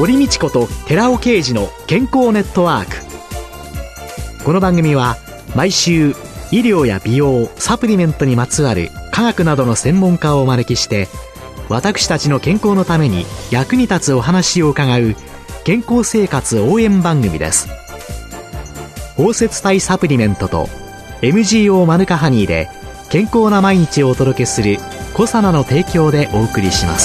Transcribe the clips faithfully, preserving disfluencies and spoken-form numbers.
堀道子と寺尾啓二の健康ネットワーク。この番組は毎週医療や美容、サプリメントにまつわる科学などの専門家をお招きして、私たちの健康のために役に立つお話を伺う健康生活応援番組です。包摂体サプリメントと エムジーオー マヌカハニーで健康な毎日をお届けするコサナの提供でお送りします。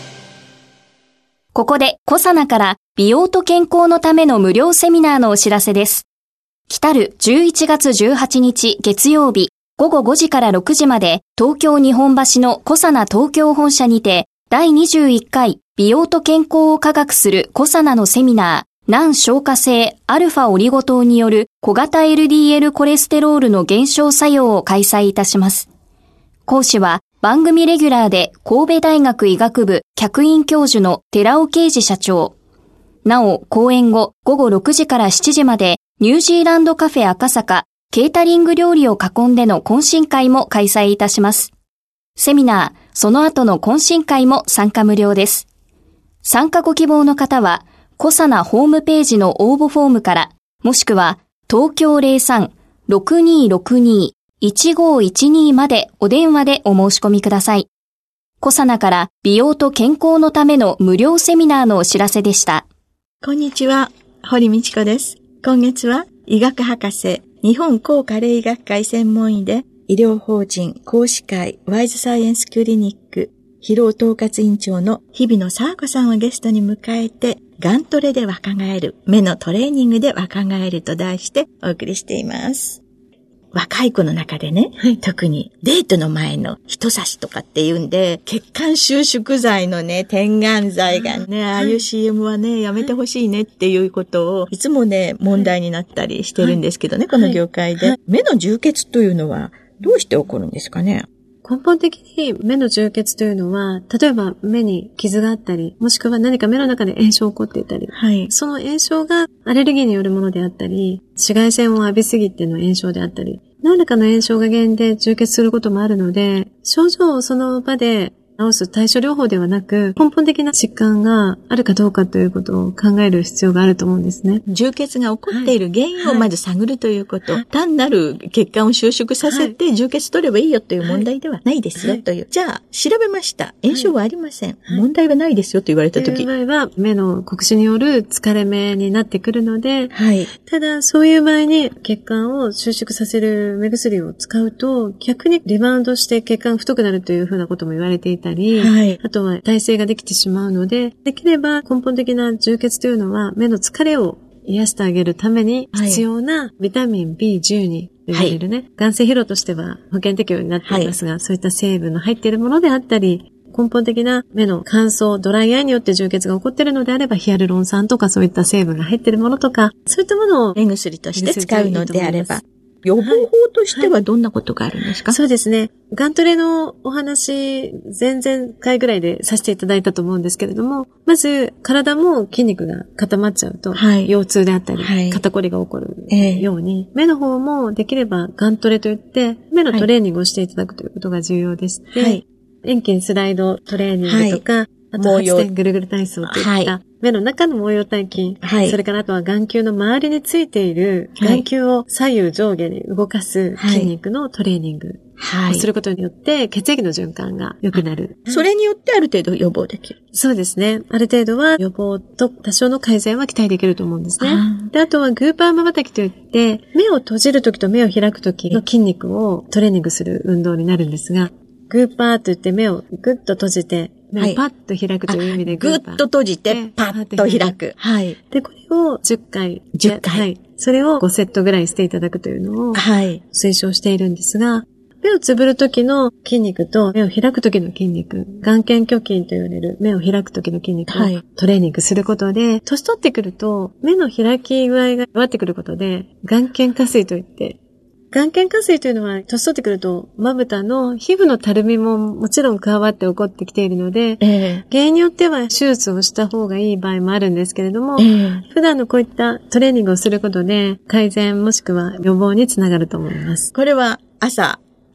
ここでコサナから美容と健康のための無料セミナーのお知らせです。来たるじゅういちがつじゅうはちにち月曜日ごごごじからろくじまで東京日本橋のコサナ東京本社にてだいにじゅういっかい美容と健康を科学するコサナのセミナー難消化性アルファオリゴ糖による小型 エルディーエル コレステロールの減少作用を開催いたします。講師は番組レギュラーで神戸大学医学部客員教授の寺尾啓二社長。なお、講演後ごごろくじからしちじまでニュージーランドカフェ赤坂ケータリング料理を囲んでの懇親会も開催いたします。セミナー、その後の懇親会も参加無料です。参加ご希望の方は、コサナホームページの応募フォームから、もしくは東京 ゼロさん ろくにーろくにー いちごーいちにー までお電話でお申し込みください。コサナから美容と健康のための無料セミナーのお知らせでした。 こんにちは、堀道子です。今月は医学博士、日本高加齢医学会専門医で医療法人講師会ワイズサイエンスクリニック疲労統括委員長の日比野佐和子さんをゲストに迎えて、ガントレで若返る、目のトレーニングで若返ると題してお送りしています。若い子の中でね、はい、特にデートの前の人差しとかっていうんで、血管収縮剤のね、点眼剤がね、ああいう シーエム はね、やめてほしいねっていうことを、いつもね、問題になったりしてるんですけどね、はい、この業界で、はい。目の充血というのはどうして起こるんですかね？ 根本的に目の充血というのは、例えば目に傷があったり、もしくは何か目の中で炎症が起こっていたり、はい、その炎症がアレルギーによるものであったり、紫外線を浴びすぎての炎症であったり、何らかの炎症が原因で充血することもあるので、症状をその場で治す対処療法ではなく、根本的な疾患があるかどうかということを考える必要があると思うんですね。 充血が起こっている原因をまず探るということ。はいはい、単なる血管を収縮させて充血取ればいいよという問題ではないですよという。はいはい、じゃあ、調べました。炎症はありません。はい、問題はないですよと言われたとき。 そういう場合は目の酷使による疲れ目になってくるので、はい、ただそういう場合に血管を収縮させる目薬を使うと、逆にリバウンドして血管が太くなるというふうなことも言われていたり、はい、あとは耐性ができてしまうので、できれば根本的な充血というのは目の疲れを癒してあげるために必要なビタミン ビーじゅうに と言われるね、はい、眼性疲労としては保険適用になっていますが、はい、そういった成分の入っているものであったり、根本的な目の乾燥、ドライアイによって充血が起こっているのであれば、ヒアルロン酸とかそういった成分が入っているものとか、そういったものを目薬として使うのであれば、予防法としてはどんなことがあるんですか？ はいはい、そうですね。ガントレのお話、前々回ぐらいでさせていただいたと思うんですけれども、まず、体も筋肉が固まっちゃうと、はい、腰痛であったり、はい、肩こりが起こるように、えー、目の方もできればガントレといって、目のトレーニングをしていただくということが重要でして、はい、遠近スライドトレーニングとか、はい、あとはちてんぐるぐる体操といった、はい、目の中の毛様体筋、はい、それからあとは眼球の周りについている眼球を左右上下に動かす筋肉のトレーニングをすることによって血液の循環が良くなる。 それによってある程度予防できる。 そうですね。ある程度は予防と多少の改善は期待できると思うんですね。あで、あとはグーパー瞬きといって目を閉じるときと目を開くときの筋肉をトレーニングする運動になるんですが、グーパーと言って目をグッと閉じて目をパッと開くという意味でグーパー、 はい、グッと閉じてパッと開く。 はい。で、これをじゅっかい。 じゅっかい。 はい。それをごセットぐらいしていただくというのを、はい。推奨しているんですが、目をつぶるときの筋肉と目を開くときの筋肉、眼瞼挙筋と言われる目を開くときの筋肉をトレーニングすることで、はい、年取ってくると目の開き具合が弱ってくることで、眼瞼下垂といって、眼瞼下垂というのは、年取ってくると、まぶたの皮膚のたるみももちろん加わって起こってきているので、えー、原因によっては手術をした方がいい場合もあるんですけれども、えー、普段のこういったトレーニングをすることで、改善もしくは予防につながると思います。 これは朝、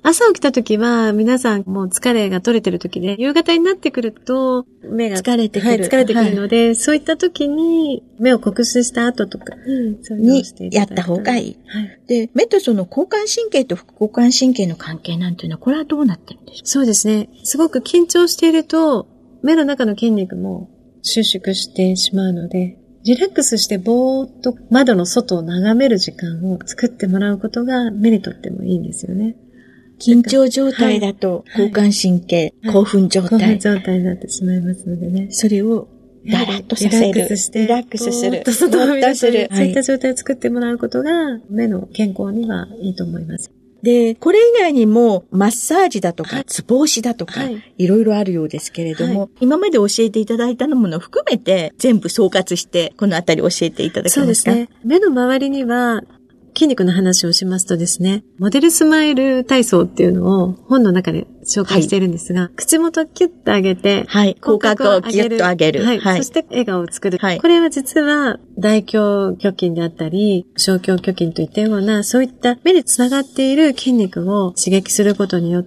朝起きた時は皆さんもう疲れが取れてる時で、夕方になってくると目が疲れてくる。 はい、疲れてくるので、はい、そういった時に目を酷使した後とかにやった方がいい。はい、で、目とその交感神経と副交感神経の関係なんていうのは、これはどうなってるんですか？ そうですね。すごく緊張していると、目の中の筋肉も収縮してしまうので、リラックスしてぼーっと窓の外を眺める時間を作ってもらうことが目にとってもいいんですよね。 緊張状態だと交感神経、はい、興奮状態、 興奮状態になってしまいますのでね。 それをダラッとさせる。リラックスして。リラックスする。 ぼーっと外を見る。そういった状態を作ってもらうことが目の健康にはいいと思います。 で、これ以外にも、マッサージだとか、はい、ツボ押しだとか、はい、いろいろあるようですけれども、はい、今まで教えていただいたものを含めて、全部総括して、このあたり教えていただけますか？ そうですね。目の周りには、筋肉の話をしますとですね、モデルスマイル体操っていうのを本の中で紹介しているんですが、はい、口元をキュッと上げて、 はい、口角をキュッと上げる。 はい。はい、そして笑顔を作る。はい、これは実は大胸胸筋であったり、小胸胸筋といったような、そういった目につながっている筋肉を刺激することによって、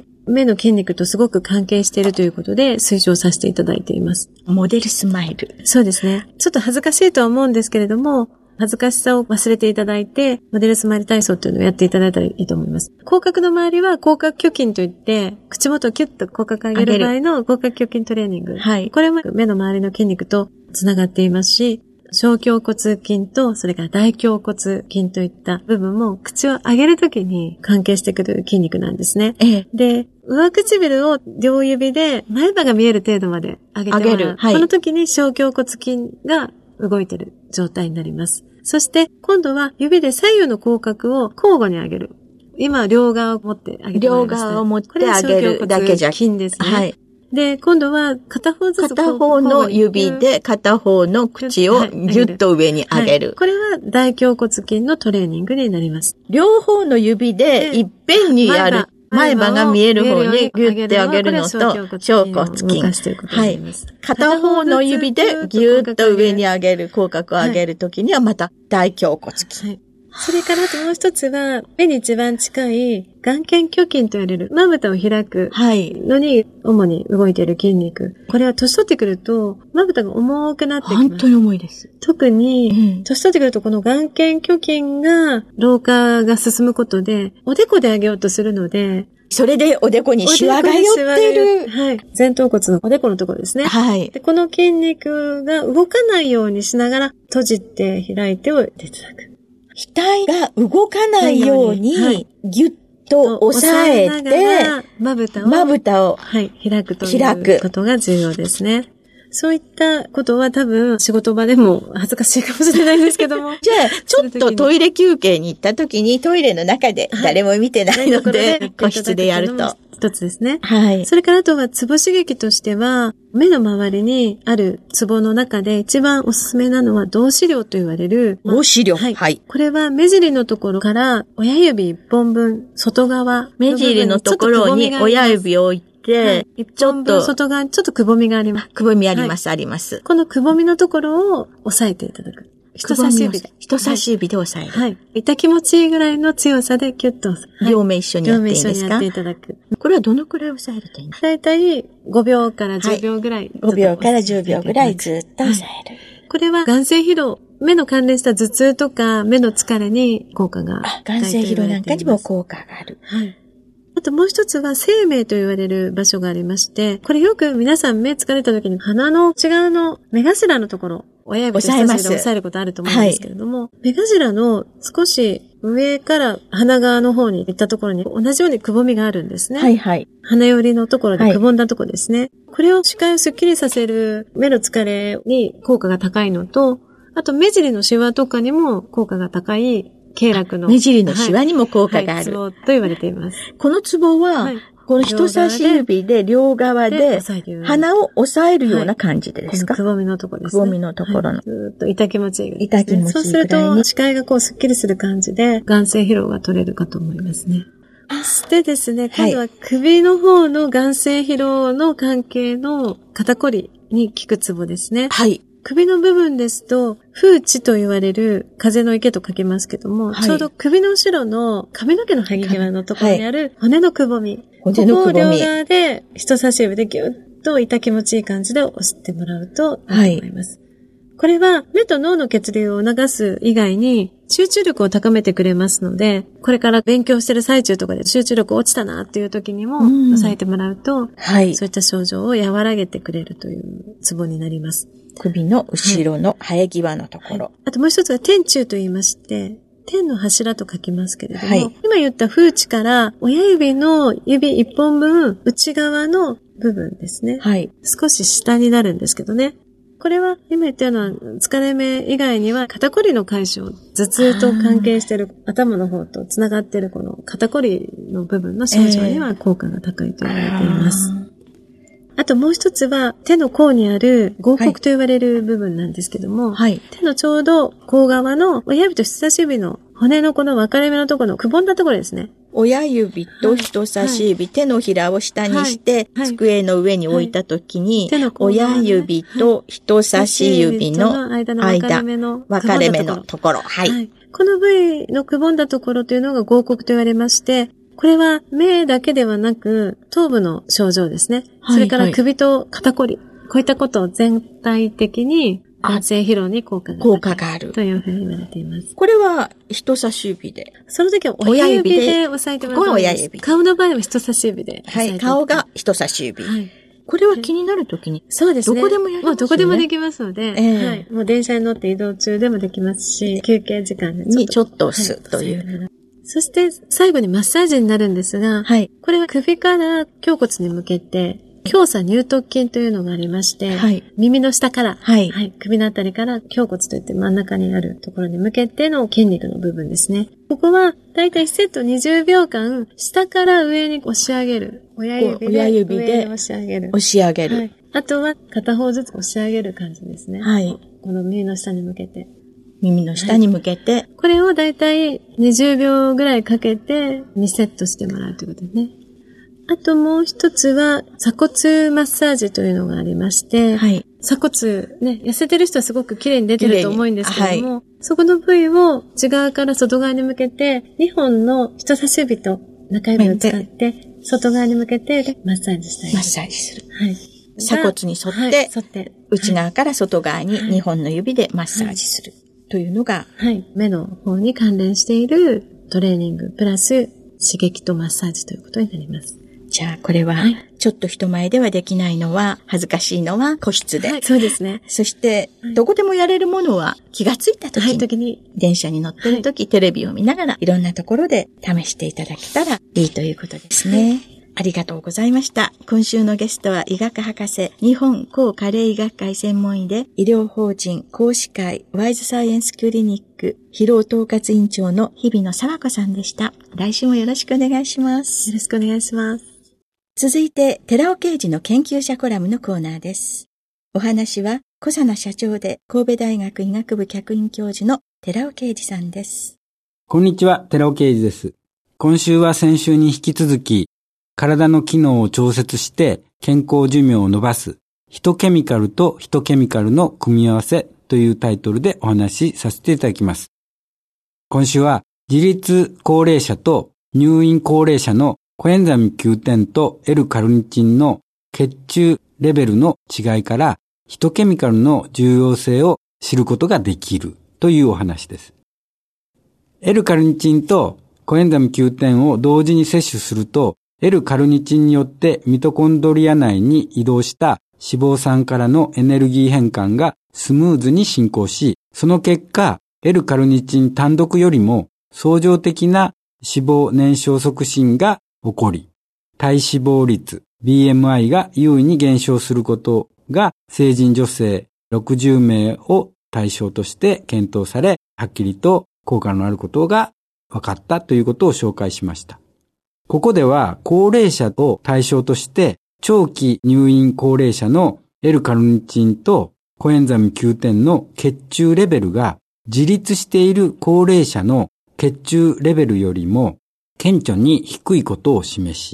目の筋肉とすごく関係しているということで推奨させていただいています。 モデルスマイル。 そうですね。ちょっと恥ずかしいとは思うんですけれども、恥ずかしさを忘れていただいて、モデルスマイル体操というのをやっていただいたらいいと思います。口角の周りは口角挙筋といって、口元をキュッと口角上げる場合の口角挙筋トレーニング。はい。これも目の周りの筋肉とつながっていますし、小胸骨筋と、それから大胸骨筋といった部分も口を上げるときに関係してくる筋肉なんですね。ええ。で、上唇を両指で前歯が見える程度まで上げてもらう。上げる。はい。この時に小胸骨筋が動いている状態になります。そして、今度は指で左右の口角を交互に上げる。今、両側を持って上げてもらいました。両側を持って上げるだけじゃ。 筋ですね。 はい。 で、今度は片方ずつ。 片方の指で片方の口をギュッと上に上げる。はい、 これは大胸骨筋のトレーニングになります。 両方の指でいっぺんにやる。前歯が見える方にギュッて上げるのと、小骨筋。はい。片方の指でギュッと上に上げる、口角を上げるときにはまた大胸骨筋。はい。 それからあともう一つは、目に一番近い眼瞼挙筋と言われる、まぶたを開くのに主に動いている筋肉。これは年取ってくると、まぶたが重くなってきます。 本当に重いです。 特に、年取ってくるとこの眼瞼挙筋が老化が進むことで、おでこで上げようとするので、 それでおでこにシワが寄ってる。 はい。前頭骨のおでこのところですね。はい。で、この筋肉が動かないようにしながら、閉じて開いておいていただく。 額が動かないように、はい、ギュッと押さえて、 まぶたを、 まぶたを、 はい、開くということが重要ですね。そういったことは多分仕事場でも恥ずかしいかもしれないんですけども。 じゃあ、ちょっとトイレ休憩に行った時にトイレの中で誰も見てないので、はい、個室でやると。 一つですね。はい。それからあとはツボ刺激としては、目の周りにあるツボの中で一番おすすめなのは動詞量と言われる。 動詞量、はい。はい。 これは目尻のところから親指一本分外側。 目尻のところに親指を置いて、はい、 ちょっと外側にちょっとくぼみがあります。 くぼみあります、はい、あります。 このくぼみのところを押さえていただく。人差し指で。 人差し指で押さえる。 はい。痛気持ちいいぐらいの強さでキュッと押さえる。 両目一緒にやっていいんですか？ 両目一緒にやっていただく。 これはどのくらい押さえるといいんですか？ だいたいごびょうからじゅうびょうぐらい。 ごびょうからじゅうびょうぐらいずっと押さえる。 これは眼性疲労、目の関連した頭痛とか目の疲れに効果が。 あ、眼性疲労なんかにも効果がある。 はい。あともう一つは生命と言われる場所がありまして、これよく皆さん目疲れた時に鼻の内側の目頭のところ、親指と人差し指で押さえることあると思うんですけれども、はい、目頭の少し上から鼻側の方に行ったところに同じようにくぼみがあるんですね。はいはい。鼻寄りのところでくぼんだところですね。はい、これを視界をスッキリさせる目の疲れに効果が高いのと、あと目尻のシワとかにも効果が高い経絡の。 目尻のシワにも効果がある。 はいはい、ツボと言われています。 このツボは、はい、この人差し指で両側で鼻を押さえるような感じでですか？ はい、このくぼみのところですね。 くぼみのところの。はい、 ずっと痛気持ちいいぐらいですね。痛気持ちいいぐらいに。 そうすると視界がこうスッキリする感じで眼性疲労が取れるかと思いますね。そしてですね、今度は首の方の眼性疲労の関係の肩こりに効くツボですね。はい。 首の部分ですと、風池と言われる風の池と書きますけども、はい、ちょうど首の後ろの髪の毛の生え際のところにある骨のくぼみ。はい、骨のくぼみ。ここを両側で人差し指でギュッと痛気持ちいい感じで押してもらうといいと思います。はい、これは目と脳の血流を促す以外に集中力を高めてくれますので、これから勉強してる最中とかで集中力落ちたなっていう時にも抑えてもらうと、うん、はい、そういった症状を和らげてくれるというツボになります。 首の後ろの生え際のところ。はい、 あともう一つは天柱と言いまして、天の柱と書きますけれども、はい、今言った風池から親指の指一本分内側の部分ですね。はい。少し下になるんですけどね。これは今言ったような疲れ目以外には肩こりの解消、頭痛と関係している頭の方とつながっているこの肩こりの部分の症状には効果が高いと言われています。えー、あともう一つは手の甲にある合谷と言われる部分なんですけども、はい、手のちょうど甲側の親指と人差し指の骨のこの分かれ目のところのくぼんだところですね。 親指と人差し指、はい、手のひらを下にして、はい、机の上に置いたときに、はいはい、親指と人差し指の間の分かれ目の分かれ目のところ。はい。はい、 この部位のくぼんだところというのが合谷と言われまして、これは目だけではなく頭部の症状ですね。はい、それから首と肩こり、はい、こういったことを全体的に眼性疲労に効果がある。効果がある。というふうに言われています。 これは人差し指で。 その時は親指で押さえてもらう。ここは親指。顔の場合は人差し指で。 はい。顔が人差し指。はい。これは気になるときに。 そうですね。 どこでもやりますね。 もうどこでもできますので。えー、はい。もう電車に乗って移動中でもできますし、休憩時間にちょっと押すという。 はい、そして最後にマッサージになるんですが、はい。これは首から胸骨に向けて、胸鎖乳突筋というのがありまして、はい、耳の下から、はいはい、首のあたりから胸骨といって真ん中にあるところに向けての筋肉の部分ですね。ここはだいたいいちセットにじゅうびょうかん下から上に押し上げる。親指で親指で上に押し上げる。 押し上げる、はい。 あとは片方ずつ押し上げる感じですね。はい。この耳の下に向けて。 耳の下に向けて。はい、 これをだいたいにじゅうびょうぐらいかけてにセットしてもらうということですね。あともう一つは鎖骨マッサージというのがありまして、はい、鎖骨ね、痩せてる人はすごく綺麗に出てると思うんですけども、はい、そこの部位を内側から外側に向けてにほんの人差し指と中指を使って外側に向けてマッサージしたい。 マッサージする。はい。鎖骨に沿って、はい、沿って内側から外側ににほんの指でマッサージする、はい、というのが、 はい、目の方に関連しているトレーニングプラス刺激とマッサージということになります。 じゃあ、これは、ちょっと人前ではできないのは、恥ずかしいのは個室で。 はい、そうですね。 そして、どこでもやれるものは気がついた時に、はい、時に電車に乗ってる時、はい、テレビを見ながら、いろんなところで試していただけたらいいということですね。はい、ありがとうございました。今週のゲストは医学博士、日本高加齢医学会専門医で、医療法人講師会ワイズサイエンスクリニック疲労統括委員長の日比野佐和子さんでした。来週もよろしくお願いします。 よろしくお願いします。 続いて、寺尾啓二の研究者コラムのコーナーです。お話は、小佐奈社長で神戸大学医学部客員教授の寺尾啓二さんです。 こんにちは、寺尾啓二です。今週は先週に引き続き、体の機能を調節して健康寿命を伸ばす、ヒトケミカルとヒトケミカルの組み合わせというタイトルでお話しさせていただきます。今週は、自立高齢者と入院高齢者のコエンザイム キューテン と L カルニチンの血中レベルの違いからヒトケミカルの重要性を知ることができるというお話です。L カルニチンとコエンザイム キューテン を同時に摂取すると L カルニチンによってミトコンドリア内に移動した脂肪酸からのエネルギー変換がスムーズに進行し、その結果 L カルニチン単独よりも相乗的な脂肪燃焼促進が起こり、体脂肪率 ビーエムアイ が優位に減少することが成人女性ろくじゅうめいを対象として検討され、はっきりと効果のあることが分かったということを紹介しました。ここでは高齢者を対象として長期入院高齢者の L カルニチンとコエンザイム キューテン の血中レベルが自立している高齢者の血中レベルよりも顕著に低いことを示し、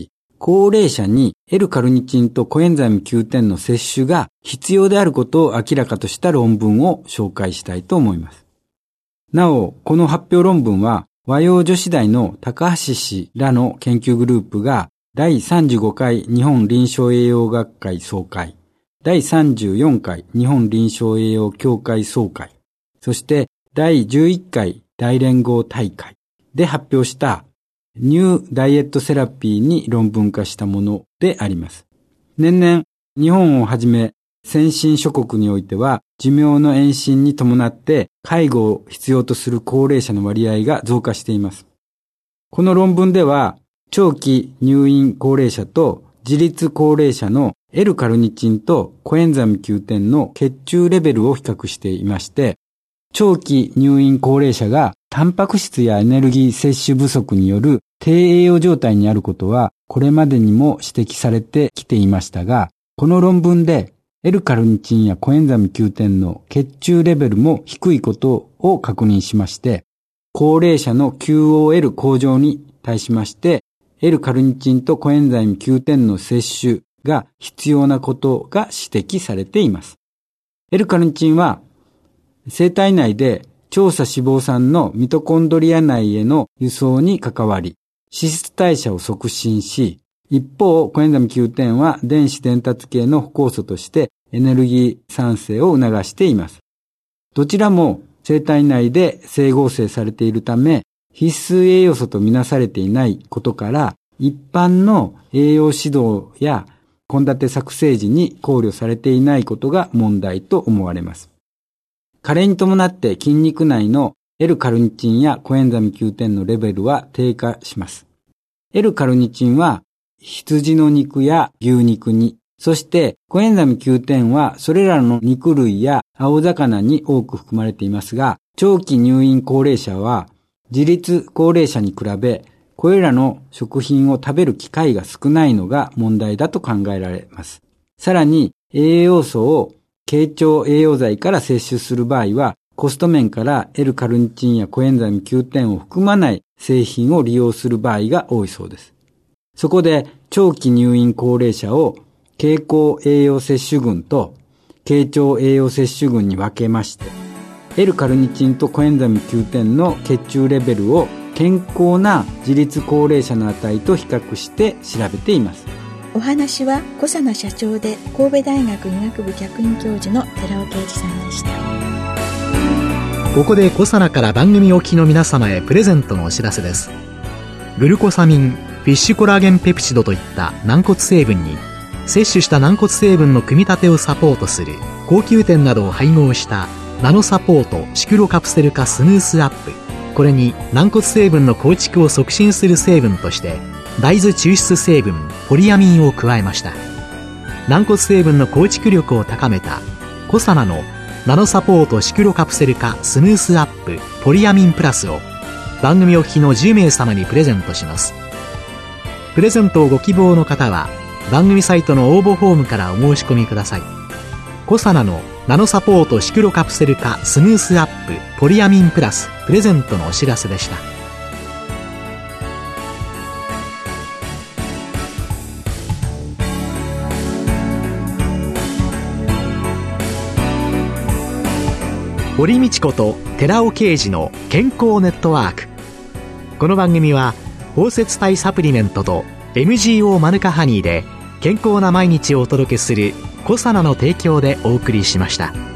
高齢者に L カルニチンとコエンザイム キューテン の摂取が必要であることを明らかとした論文を紹介したいと思います。なお、この発表論文は和洋女子大の高橋氏らの研究グループがだいさんじゅうごかい日本臨床栄養学会総会、だいさんじゅうよんかい日本臨床栄養協会総会、そしてだいじゅういっかい大連合大会で発表したニューダイエットセラピーに論文化したものであります。年々日本をはじめ先進諸国においては寿命の延伸に伴って介護を必要とする高齢者の割合が増加しています。この論文では長期入院高齢者と自立高齢者の L カルニチンとコエンザイム キューテン の血中レベルを比較していまして、長期入院高齢者がタンパク質やエネルギー摂取不足による低栄養状態にあることはこれまでにも指摘されてきていましたが、この論文で L カルニチンやコエンザイム キューテン の血中レベルも低いことを確認しまして、高齢者の キューオーエル 向上に対しまして、L カルニチンとコエンザイム キューテン の摂取が必要なことが指摘されています。L カルニチンは生体内で長鎖脂肪酸のミトコンドリア内への輸送に関わり、脂質代謝を促進し、一方、コエンザイム キューテン は電子伝達系の酵素としてエネルギー産生を促しています。どちらも生体内で整合成されているため、必須栄養素とみなされていないことから、一般の栄養指導や献立作成時に考慮されていないことが問題と思われます。加齢に伴って筋肉内の L カルニチンやコエンザイム キューテン のレベルは低下します。L カルニチンは羊の肉や牛肉に、そしてコエンザイム キューテン はそれらの肉類や青魚に多く含まれていますが、長期入院高齢者は自立高齢者に比べ、これらの食品を食べる機会が少ないのが問題だと考えられます。さらに、栄養素を経腸栄養剤から摂取する場合は、コスト面から L カルニチンやコエンザイム キューテン を含まない製品を利用する場合が多いそうです。そこで、長期入院高齢者を経口栄養摂取群と経腸栄養摂取群に分けまして、L カルニチンとコエンザイム キューテン の血中レベルを健康な自立高齢者の値と比較して調べています。 お話は小佐奈社長で神戸大学医学部客員教授の寺尾啓二さんでした。 ここで小佐奈から番組お聞きの皆様へプレゼントのお知らせです。グルコサミン、フィッシュコラーゲンペプチドといった軟骨成分に摂取した軟骨成分の組み立てをサポートする高級店などを配合したナノサポートシクロカプセル化スムースアップ、これに軟骨成分の構築を促進する成分として大豆抽出成分ポリアミンを加えました。軟骨成分の構築力を高めたコサナのナノサポートシクロカプセル化スムースアップポリアミンプラスを番組お聞きのじゅうめい様にプレゼントします。プレゼントをご希望の方は番組サイトの応募フォームからお申し込みください。コサナのナノサポートシクロカプセル化スムースアップポリアミンプラスプレゼントのお知らせでした。堀道子と寺尾啓二の健康ネットワーク。この番組は包摂体サプリメントと エムジーオー マヌカハニーで健康な毎日をお届けするコサナの提供でお送りしました。